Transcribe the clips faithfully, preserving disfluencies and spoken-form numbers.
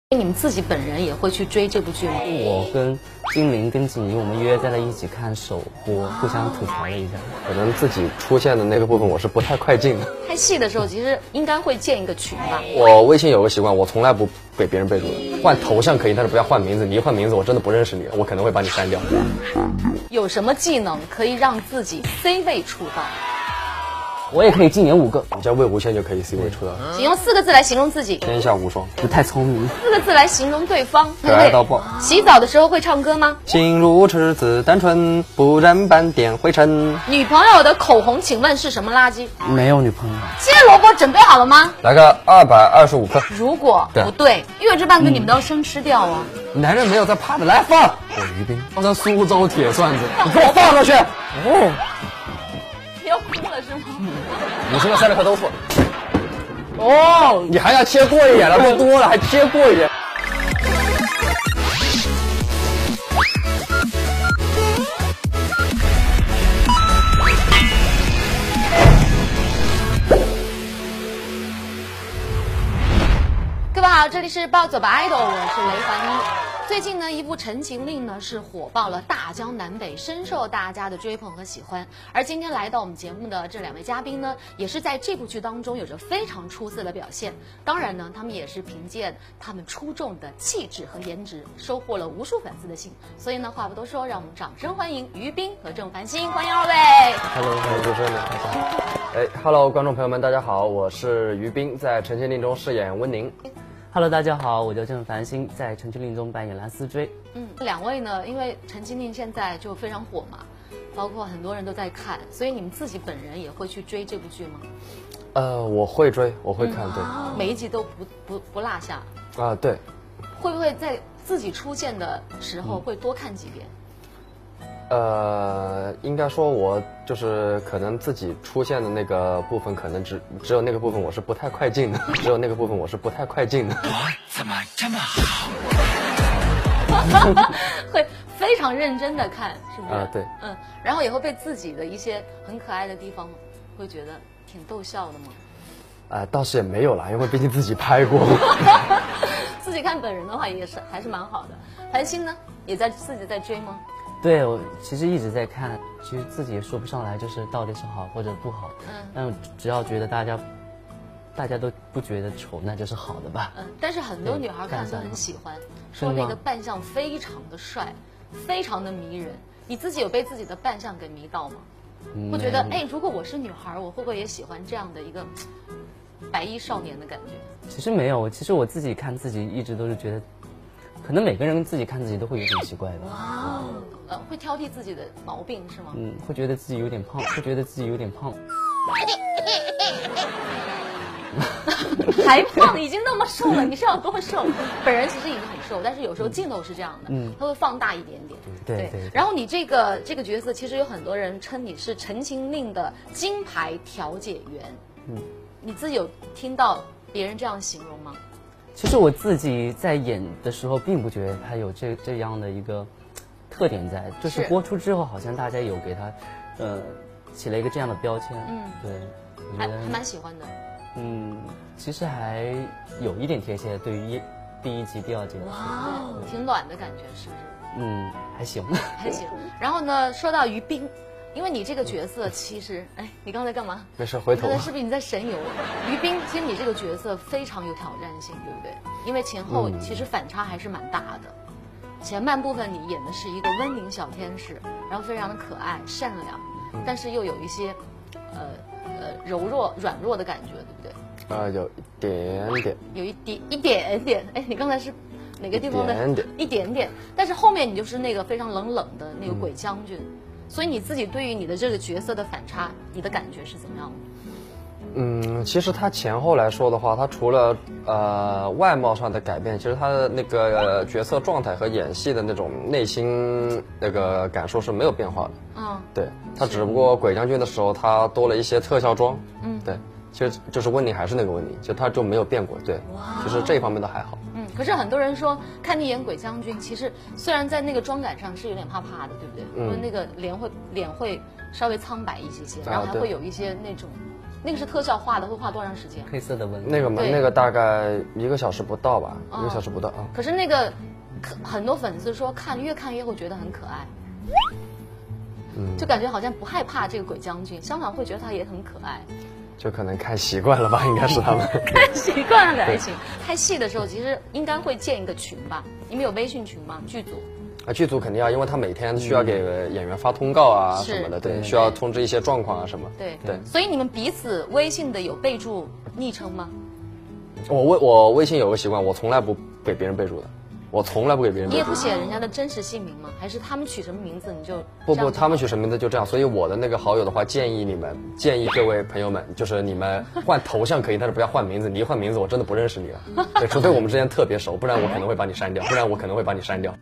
你们自己本人也会去追这部剧吗？ 我跟金玲跟锦怡，我们约在了一起看首播，互相吐槽了一下。 可能自己出现的那个部分，我是不太快进的。 拍戏的时候，其实应该会建一个群吧。 我微信有个习惯，我从来不给别人备注的。换头像可以，但是不要换名字。你一换名字，我真的不认识你，我可能会把你删掉。 有什么技能可以让自己 C 位出道？ 我也可以今年五个， 你叫魏无羡就可以 C 位出道。 请用四个字来形容自己。 天下无双。 不太聪明。 四个字来形容对方。 可爱到爆。 洗澡的时候会唱歌吗？ 心如赤子单纯，不染半点灰尘。 女朋友的口红，请问是什么垃圾？ 没有女朋友。 切萝卜准备好了吗？ 来个二百二十五克。 如果不对，因为这半个你们都要生吃掉啊。 嗯、男人没有在怕的，来放。我于冰，放上苏州铁蒜子，你给我放上去。哦。 你要哭了是吗？ 你说的三十克都错。哦，你还要切过一点了，过多了还切过一点。 各位好，这里是暴走吧 idol， 我是雷凡一。最近呢，一部《陈情令》呢是火爆了大江南北，深受大家的追捧和喜欢。而今天来到我们节目的这两位嘉宾呢，也是在这部剧当中有着非常出色的表现。当然呢，他们也是凭借他们出众的气质和颜值，收获了无数粉丝的心。所以呢，话不多说，让我们掌声欢迎于冰和郑凡欣，欢迎二位。 Hello， 主持人大家好。哎 ，Hello， 观众朋友们，大家好，我是于冰，在《陈情令》中饰演温宁。 Hello， 大家好，我叫郑凡欣，在《陈情令》中扮演蓝思追。 嗯，两位呢，因为《陈情令》现在就非常火嘛，包括很多人都在看，所以你们自己本人也会去追这部剧吗？ 呃，我会追，我会看，嗯、对， 每一集都不不不落下。 啊，对。 会不会在自己出现的时候会多看几遍？ 呃，应该说，我就是可能自己出现的那个部分，可能只只有那个部分我是不太快进的，只有那个部分我是不太快进的。 我怎么这么好？ 会非常认真的看，是不是？ 啊、呃，对， 嗯，然后也会被自己的一些很可爱的地方，会觉得挺逗笑的吗？ 呃，倒是也没有啦，因为毕竟自己拍过。 自己看本人的话，也是还是蛮好的。凡欣呢，也在自己在追吗？ 对，我其实一直在看，其实自己也说不上来，就是到底是好或者不好。嗯，但只要觉得大家，大家都不觉得丑，那就是好的吧。 嗯，但是很多女孩看都很喜欢，说那个扮相非常的帅，非常的迷人。你自己有被自己的扮相给迷到吗？嗯、会觉得，哎，如果我是女孩，我会不会也喜欢这样的一个白衣少年的感觉？ 其实没有，其实我自己看自己一直都是觉得。可能每个人自己看自己都会有点奇怪的， 哇，呃，会挑剔自己的毛病是吗？ 嗯，会觉得自己有点胖，会觉得自己有点胖， 还胖，已经那么瘦了，你是要多瘦？本人其实已经很瘦，但是有时候镜头是这样的，嗯，它会放大一点点， 对 对, 对, 对。 然后你这个这个角色，其实有很多人称你是《陈情令》的金牌调解员，嗯，你自己有听到别人这样形容吗？ 其实我自己在演的时候，并不觉得他有这这样的一个特点在，就是播出之后，好像大家有给他，呃，起了一个这样的标签。嗯，对， 还还蛮喜欢的。 嗯，其实还有一点贴切，对于一第一集、第二集。 哇，挺暖的感觉，是不是？ 嗯，还行， 还行。然后呢，说到于冰。因为你这个角色其实，哎，你刚才干嘛？ 没事，回头。 刚才是不是你在神游？于冰，其实你这个角色非常有挑战性，对不对？因为前后其实反差还是蛮大的。前半部分你演的是一个温宁小天使，然后非常的可爱、善良，嗯、但是又有一些，呃呃柔弱、软弱的感觉，对不对？ 啊、呃，有一点点。 有一点一点点，哎，你刚才是哪个地方的？ 一点点。 一点点。但是后面你就是那个非常冷冷的那个鬼将军。嗯，所以你自己对于你的这个角色的反差，你的感觉是怎么样的？ 嗯，其实他前后来说的话，他除了呃外貌上的改变，其实他的那个、呃、角色状态和演戏的那种内心那个感受是没有变化的。嗯，对，他只不过鬼将军的时候他多了一些特效妆。嗯，对，其实就是温宁还是那个温宁，就他就没有变过。对，其实这一方面都还好。 嗯，可是很多人说看你演鬼将军，其实虽然在那个妆感上是有点怕怕的，对不对？嗯，因为那个脸会脸会稍微苍白一些些，然后还会有一些那种那个是特效画的，会画多长时间？ 黑色的纹那个嘛， 对那个大概一个小时不到吧， 哦一个小时不到啊。 可是那个可很多粉丝说看越看越会觉得很可爱， 嗯， 就感觉好像不害怕这个鬼将军，相反会觉得他也很可爱。 就可能看习惯了吧，应该是他们。 看习惯了还行。拍戏的时候其实应该会建一个群吧？你们有微信群吗？剧组？ 啊，剧组肯定要，因为他每天需要给演员发通告啊是什么的，对， 对需要通知一些状况啊什么。 对对所以你们彼此微信的有备注昵称吗？ 我微我微信有个习惯，我从来不给别人备注的，我从来不给别人备注你也不。写人家的真实姓名吗？还是他们取什么名字你就不不， 这样子他们取什么名字就这样，所以我的那个好友的话，建议你们，建议各位朋友们，就是你们换头像可以，但是不要换名字。你一换名字，我真的不认识你了。对，除非我们之间特别熟，不然我可能会把你删掉，不然我可能会把你删掉。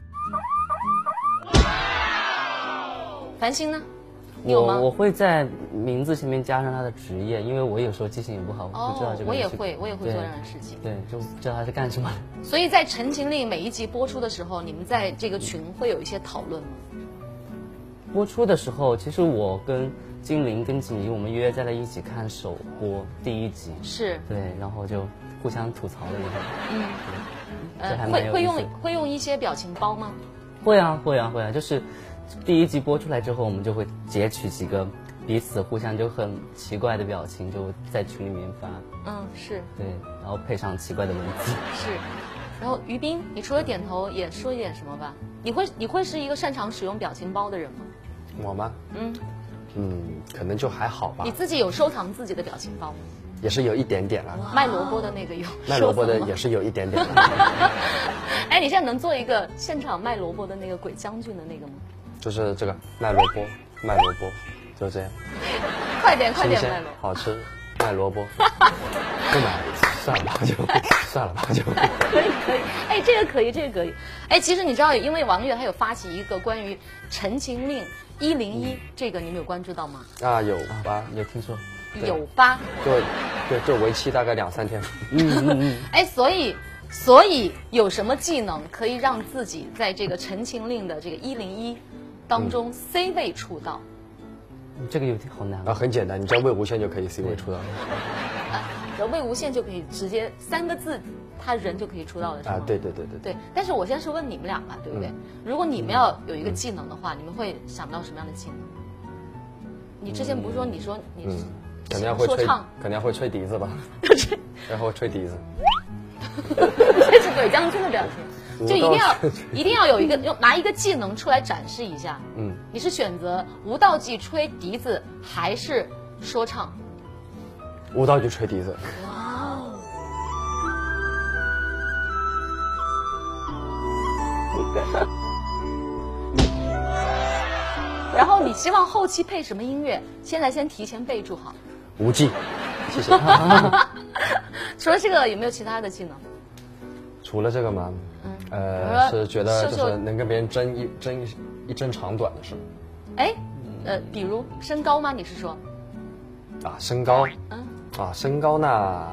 繁星呢？你有吗？ 我我会在名字前面加上他的职业，因为我有时候记性也不好，我就知道这个人是。 我也会，我也会做对这样的事情。 对，就知道他是干什么的。 所以在《陈情令》每一集播出的时候，你们在这个群会有一些讨论吗？ 播出的时候，其实我跟金玲跟锦怡我们约在了一起看首播第一集， 是， 对，然后就互相吐槽了一下。 嗯， 对这还呃，会会用蛮有意思会用一些表情包吗？ 会啊会啊会啊，就是第一集播出来之后，我们就会截取几个彼此互相就很奇怪的表情，就在群里面发。 嗯，是对，然后配上奇怪的文字。 是。然后于斌，你除了点头，也说一点什么吧？你会你会是一个擅长使用表情包的人吗？ 我吗？ 嗯， 嗯，可能就还好吧你，自己有收藏自己的表情包吗？ 也是有一点点了。 卖萝卜的那个有， 卖萝卜的收藏吗也是有一点点的。 哎，你现在能做一个现场卖萝卜的那个鬼将军的那个吗？ 就是这个卖萝卜，卖萝卜，就这样， 快点，快新鲜点卖萝卜。 好吃，卖萝卜，不买算了吧，就算了吧，就。 可以可以，哎，这个可以，这个可以。哎，其实你知道，因为王悦他有发起一个关于《陈情令一零一》，这个你们有关注到吗？ 啊，有吧啊？，有听说。 对有发。 就对，就为期大概两三天。 嗯嗯嗯。 哎，所以所以有什么技能可以让自己在这个《陈情令》的这个一零一当中 C 位出道？ 这个有点好难啊，很简单，你只要魏无羡就可以 C 位出道了。 啊，然后魏无羡就可以直接三个字，他人就可以出道了，是吗？ 啊，对对对对对。 对，但是我现在是问你们俩嘛，对不对？如果你们要有一个技能的话，你们会想到什么样的技能？你之前不是说你说你嗯，肯定要会吹， 说唱， 肯定要会吹笛子吧？然后吹笛子。 这是鬼将军的表情，就一定要武道一定要有一个用拿一个技能出来展示一下。 嗯， 你是选择无道具吹笛子还是说唱？ 舞蹈就吹笛子。 然后你希望后期配什么音乐？现在先提前备注好。 无忌，谢谢。 除了这个，有没有其他的技能？ 除了这个嘛， 嗯呃，是觉得就秀秀是能跟别人争一争一一争长短的事。 哎，呃，比如身高吗？你是说？ 啊，身高， 嗯， 啊，身高那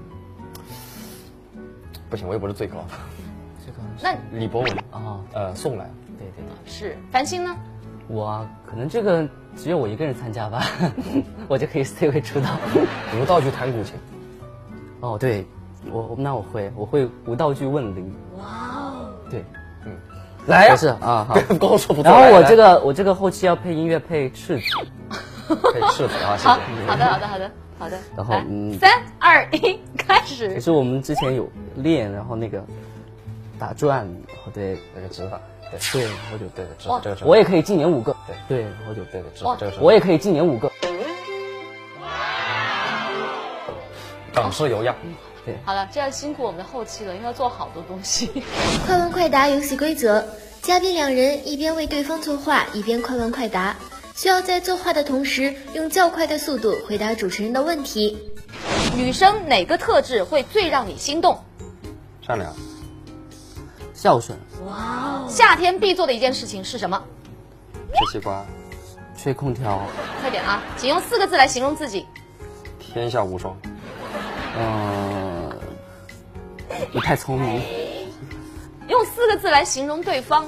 不行，我也不是最高的。 这个那李博文啊， 呃，送来。 对对对。 是繁星呢？ 我啊，可能这个只有我一个人参加吧，我就可以 C 位出道。 无道具弹古琴。 哦，对，我那我会，我会无道具问铃。 哇哦！ 对， 嗯，来呀、 不是啊，好。 光说不做。 然后我来这个我这个后期要配音乐配赤子。 可以试试啊，谢好， 谢。 好的，好的，好的，好的。 然后来嗯三二一，开其始。 实我们之前有练，然后那个打转，然后对那个指法，对对，然后就对对，指哇法这个是我也可以今年五个， 对对，然后就对对指哇法这个是我也可以今年五个， 港式有样。 对。 好了，这要辛苦我们的后期了，因为要做好多东西。 快问快答游戏规则：嘉宾两人一边为对方作画，一边快问快答，需要在作画的同时用较快的速度回答主持人的问题。 女生哪个特质会最让你心动？ 善良。 孝顺， 夏天必做的一件事情是什么？ 吃西瓜。 吹空调， 快点啊！请用四个字来形容自己。 天下无双。 嗯、不太聪明， 用四个字来形容对方。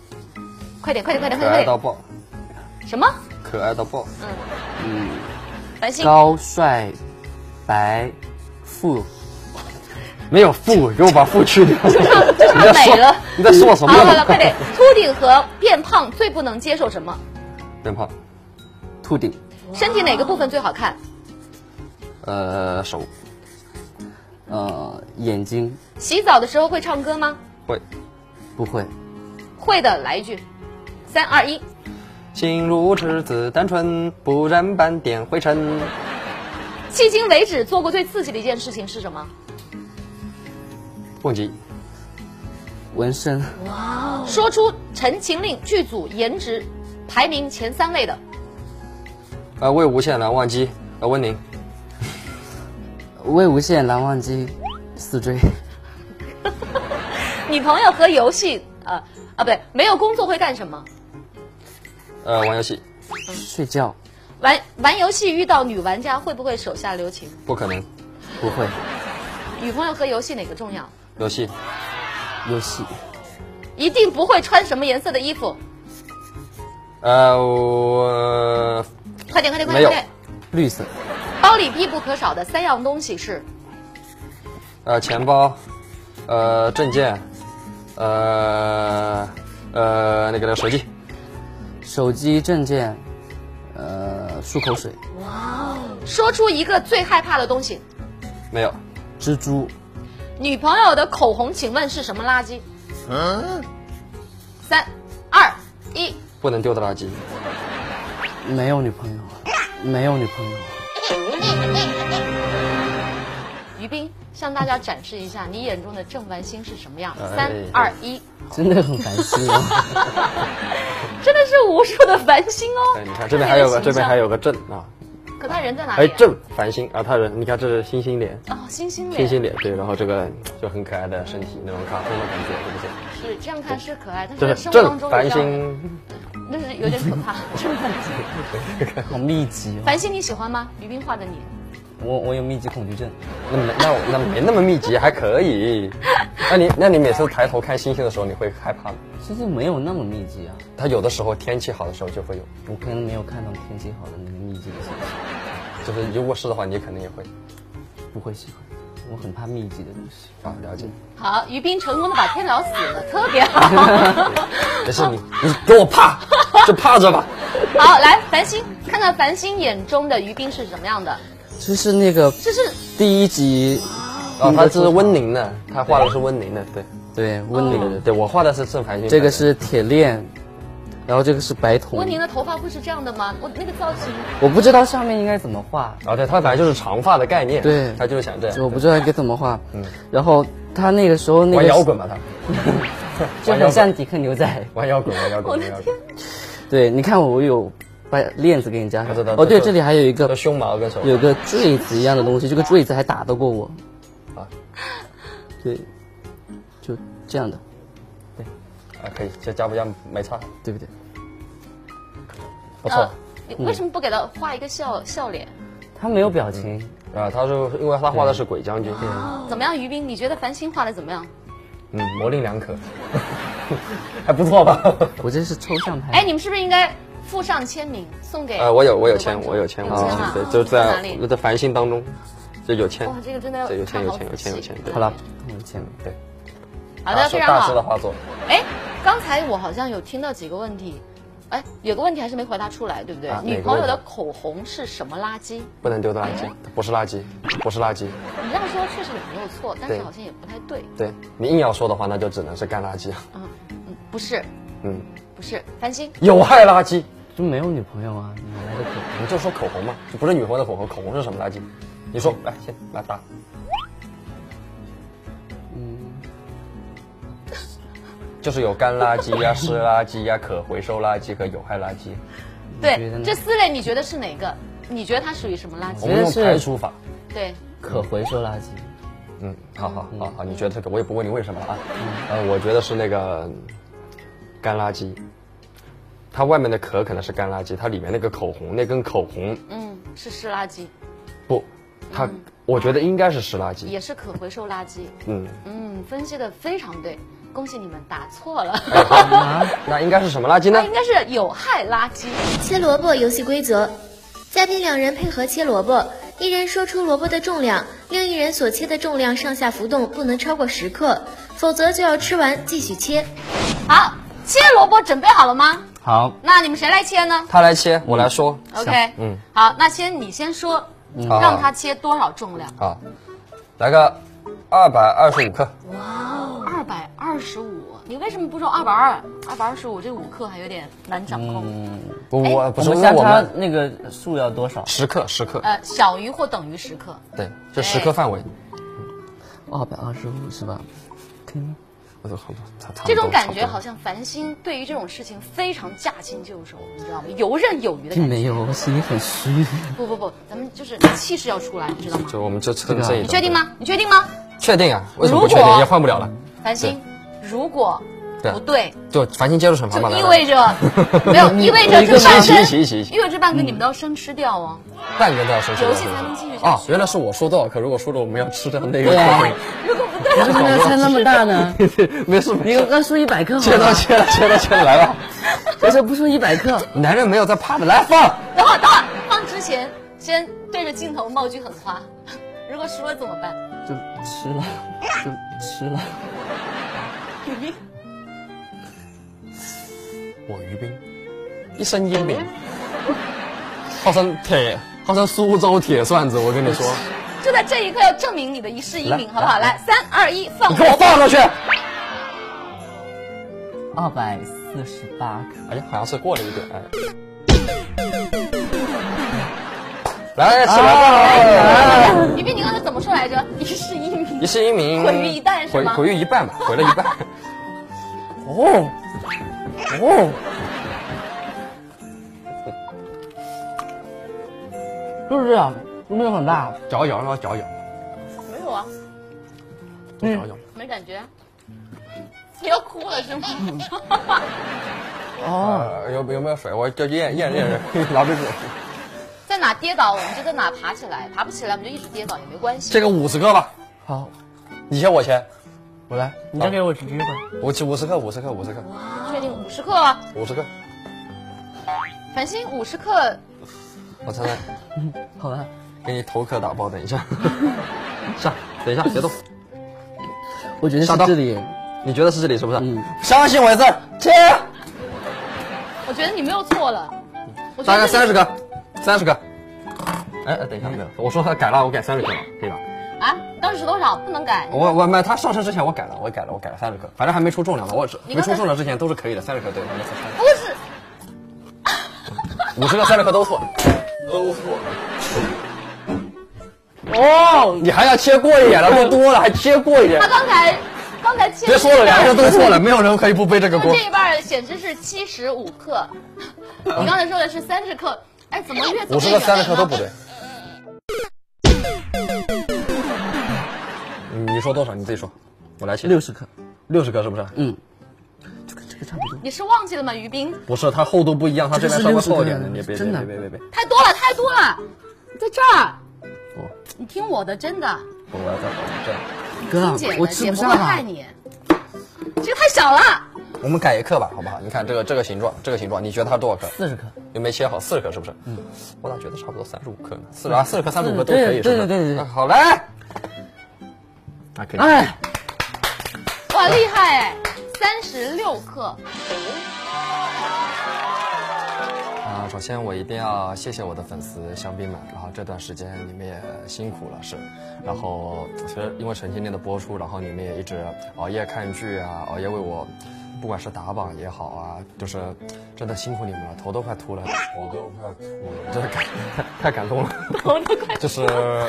快点，快点，快点， 可快点，快点！ 爱到爆。 什么？ 可爱到爆。 嗯， 繁星。 高帅白富。 没有富，给我把富去掉。 就差就差美了。 你在说什么？ 好了，快点！秃顶和变胖最不能接受什么？ 变胖。 秃顶。 身体哪个部分最好看？ 呃，手。 呃，眼睛。 洗澡的时候会唱歌吗？ 会。 不会。 会的，来一句。三二一。 心如赤子单纯，不染半点灰尘。 迄今为止做过最刺激的一件事情是什么？ 蹦极。 纹身。 哇！说出《陈情令》剧组颜值排名前三位的。 呃，魏无羡、蓝忘机，呃，温宁。 魏无羡、蓝忘机，死追。 女朋友和游戏，呃啊不对，没有工作会干什么？ 呃，玩游戏。 睡觉。 玩玩游戏遇到女玩家会不会手下留情？ 不可能。 不会。 女朋友和游戏哪个重要？ 游戏。 游戏。 一定不会穿什么颜色的衣服？ 呃，我。 快点快点快点快点！ 绿色。 包里必不可少的三样东西是？ 呃，钱包，呃，证件，呃，呃，那个手机。 手机、证件，呃，漱口水。 哇！说出一个最害怕的东西。 没有。 蜘蛛。 女朋友的口红，请问是什么垃圾？嗯。三、二、一。 不能丢的垃圾。 没有女朋友，没有女朋友。 于斌向大家展示一下你眼中的郑繁星是什么样。 哎、 三、二、一。 真的很烦心哦。 真的是无数的繁星哦。 哎，你看这边还有个，这边还有个正啊。 可他人在哪里、啊？ 哎，正繁星啊，他人，你看这是星星脸哦，星星脸， 星星脸，对，然后这个就很可爱的身体，那种卡通的感觉，对不是对？ 这样看是可爱， 这但是生活当正中繁星， 那是有点可怕。正繁星， 好密集哦。 繁星你喜欢吗？于斌画的你。 我我有密集恐惧症。 那没那我那没那么密集，还可以。那你那你每次抬头看星星的时候，你会害怕吗？ 其实没有那么密集啊。 它有的时候天气好的时候就会有。 我可能没有看到天气好的那个密集的星星。 就是如果是的话，你肯定也会。 不会喜欢，我很怕密集的东西。 啊，了解。 好，于斌成功的把天聊死了，特别好。 没事，你你给我怕，就怕着吧。 好，来繁星，看看繁星眼中的于斌是什么样的？ 就是那个， 这是第一集。 啊，他是温宁的，他画的是温宁的，对对，温宁的， 对我画的是郑繁星。 这个是铁链。然后这个是白瞳。 温宁的头发会是这样的吗？我那个造型， 我不知道上面应该怎么画。 啊，对，他本来就是长发的概念， 对， 他就是想这样。 我不知道应该怎么画。嗯。然后他那个时候那个玩摇滚吧，他。 就很像迪克牛仔。 玩摇滚，玩摇滚，玩摇滚。 对，你看我有把链子给你加上。 知道。 哦，对，这里还有一个胸毛跟手。 有个坠子一样的东西，这个坠子还打得过我。 啊。 对，就这样的。对。 啊，可以，这加不加没差， 对不对？ 不错， 你为什么不给他画一个笑笑脸？ 他没有表情啊，他是因为他画的是鬼将军。 怎么样，于斌？你觉得繁星画的怎么样？ 嗯，模棱两可，还不错吧？ 我这是抽象派。 哎，你们是不是应该附上签名送给？ 呃，我有，我有签，我有签， 有签啊， 对，就是在我的繁星当中，就有签。 哇，这个真的对，有签，有签，有签，有签。 好了，有签， 对。 好的，非常好。 大师的画作。 哎，刚才我好像有听到几个问题。哎，有个问题还是没回答出来，对不对？ 啊、 女朋友的口红是什么垃圾？ 不能丢的垃圾，不是垃圾，不是垃圾。 你这样说确实也没有错，但是好像也不太对。 对你硬要说的话，那就只能是干垃圾。 嗯嗯，不是， 嗯， 不是，繁星有害垃圾， 就没有女朋友啊，哪来的口红？ 你就说口红嘛，就不是女朋友的口红，口红是什么垃圾？你说，来，先来答。就是有干垃圾呀、湿垃圾呀、可回收垃圾和有害垃圾。 对，这四类你觉得是哪个？你觉得它属于什么垃圾？ 我们用排除法。 对， 可回收垃圾。 嗯，好好好好，你觉得这个我也不问你为什么啊？呃，我觉得是那个干垃圾，它外面的壳可能是干垃圾，它里面那个口红那根口红， 嗯，是湿垃圾。 不，它我觉得应该是湿垃圾， 也是可回收垃圾。 嗯嗯，分析的非常对。恭喜你们答错了， 那应该是什么垃圾呢？ 那应该是有害垃圾。 切萝卜游戏规则： 嘉宾两人配合切萝卜，一人说出萝卜的重量，另一人所切的重量上下浮动不能超过十克，否则就要吃完继续切。 好，切萝卜准备好了吗？ 好， 那你们谁来切呢？ 他来切，我来说。 OK， 嗯， 好，那先你先说， 嗯让他切多少重量？ 好，来个二百二十五克。 哇，二百二十五，你为什么不说二百二？二百二十五这五克还有点难掌控。 嗯， 不，我不是， 我们相差那我们那个数要多少？ 十克，十克。 呃，小于或等于十克。 对，这十克范围。 二百二十五是吧？可以吗？ 我都好多，差差不多这种感觉差不多好像繁星对于这种事情非常驾轻就熟，你知道吗？游刃有余的感觉。 并没有，我心里很虚。 不不不，咱们就是气势要出来，你知道吗？ 就我们就趁这个这一种。 你确定吗？你确定吗？ 确定啊？为什么不如果确定？也换不了了。 繁星，如果对不对， 就繁星接受惩罚吧。来就意味着没有，意味着这半一起一根， 起一起一起意味着半根你们都要生吃掉哦。 半根都要生气。 游戏才能继续下去哦，原来是我说多少克，如果输了我们要吃掉那个。 对啊如果不对为什么要猜那么大呢？ 没事， 你刚说一百克， 切到切了，切到切了，来吧。 为什么不说一百克？ 男人没有在怕的，来放。 等会儿等会儿放之前，先对着镜头冒句狠话。如果输了怎么办？ 就吃了，就吃了。 我于斌，一身英名，号称铁，号称苏州铁扇子。我跟你说， 就在这一刻要证明你的一世英名， 来好不好？来，三二一，放你给我放上去。 二百四十八克。 哎呀，好像是过了一点，哎。来，起来吧！ 于斌，你刚才怎么说来着？一世英名， 一世英名， 毁于一旦是毁吗？ 毁于一半吧，毁了一半。 哦哦，就是这样，没有很大。 嚼一嚼，让它嚼一嚼， 没有啊， 多嚼一嚼。 没感觉。你要哭了是吗？ 哦， 呃，有有没有水？我就咽咽咽，拿杯水。 在哪跌倒我们就在哪爬起来，爬不起来我们就一直跌倒也没关系。 这个五十克吧， 好， 你先我先， 我来，你再给我直接吧。 我五十克，五十克，五十克， 确定五十克啊？ 五十克。 繁星五十克， 我猜猜， 好吧， 给你头壳打包，等一下。上，等一下，别动。 我觉得是下刀这里。 你觉得是这里是不是？ 嗯， 相信我一次，切。 我觉得你没有错了。我觉大得这概三十克，三十克。哎哎，等一下，没有，我说他改了，我改三十克了，可以吧？ 啊，当时是多少？不能改。 我我没，他上车之前我改了，我改了，我改了三十克，反正还没出重量呢，我没你刚才出重量之前都是可以的，三十克对，没错。 不是， 五十克、三十克都错，都错。 哦， 你还要切过一点了，都多了，还切过一点他。刚才刚才切。 别说了，两个人都错了，没有人可以不背这个锅。 这一半显示是七十五克，你刚才说的是三十克，哎，怎么越走越五十克、三十克都不对。你说多少？你自己说，我来切。 六十克。 六十克是不是？ 嗯，就跟这个差不多。 你是忘记了吗？于斌， 不是，它厚度不一样，它这边稍微厚一点的， 这个是你别别真的别别别别。 太多了，太多了，在这儿。 不你听我的，真的， 不，我要再搞这样。 哥听姐，的， 我吃姐不不上啊会害。你。这个太小了， 我们改一克吧，好不好？你看这个这个形状，这个形状，你觉得它多少克？ 四十克。 又没切好，四十克是不是？嗯，我咋觉得差不多三十五克呢？四十啊，四十克、三十五克都可以， 对是不是？ 对对对对啊好来，啊可以。 哎， 哇，厉害哎，三十六克。 啊，首先我一定要谢谢我的粉丝香槟们，然后这段时间你们也辛苦了，是，然后其实因为陈情令的播出，然后你们也一直熬夜看剧啊，熬夜为我，不管是打榜也好啊，就是真的辛苦你们了，头都快秃了，我都快秃了，真的感太太感动了， 头都快就是，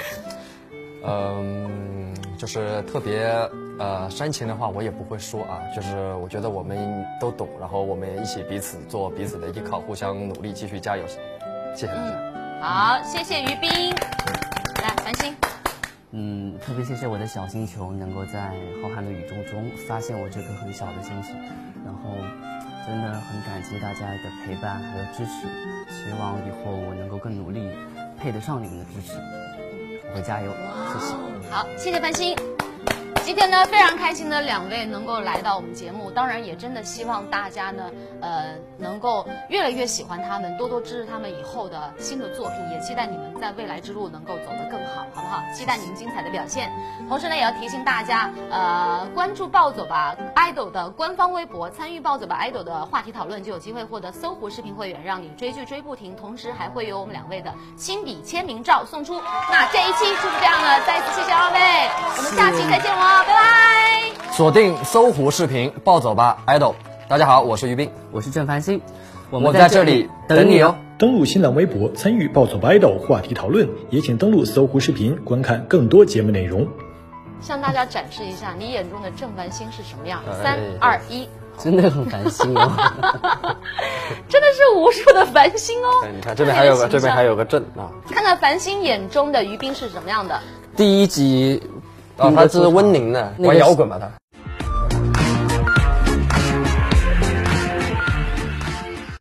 嗯、就是特别呃煽情的话我也不会说啊，就是我觉得我们都懂，然后我们一起彼此做彼此的依靠，互相努力，继续加油，谢谢大家。 好，谢谢于斌。来，繁星。 嗯，特别谢谢我的小星球能够在浩瀚的宇宙中发现我这颗很小的星星，然后真的很感激大家的陪伴还有支持，希望以后我能够更努力，配得上你们的支持，我会加油，谢谢。 好，谢谢繁星。 今天呢，非常开心的两位能够来到我们节目，当然也真的希望大家呢，呃，能够越来越喜欢他们，多多支持他们以后的新的作品，也期待你们在未来之路能够走得更好，好不好？期待你们精彩的表现。同时呢，也要提醒大家，呃，关注暴走吧 idol 的官方微博，参与暴走吧 idol 的话题讨论，就有机会获得搜狐视频会员，让你追剧追不停。同时还会有我们两位的亲笔签名照送出。那这一期就是这样了，再一次谢谢二位，我们下期再见喽，拜拜。 锁定搜狐视频，暴走吧 idol。大家好，我是于斌， 我是郑繁星，我我在这里等你哦。 登录新浪微博参与暴走吧 idol 话题讨论，也请登录搜狐视频观看更多节目内容。 向大家展示一下你眼中的郑繁星是什么样。三二一， 真的很繁星哦， 真的是无数的繁星哦。 你看这边还有个，这边还有个郑啊。 看看繁星眼中的于斌是什么样的？ 第一集。哦，他是温宁的，玩摇滚嘛他。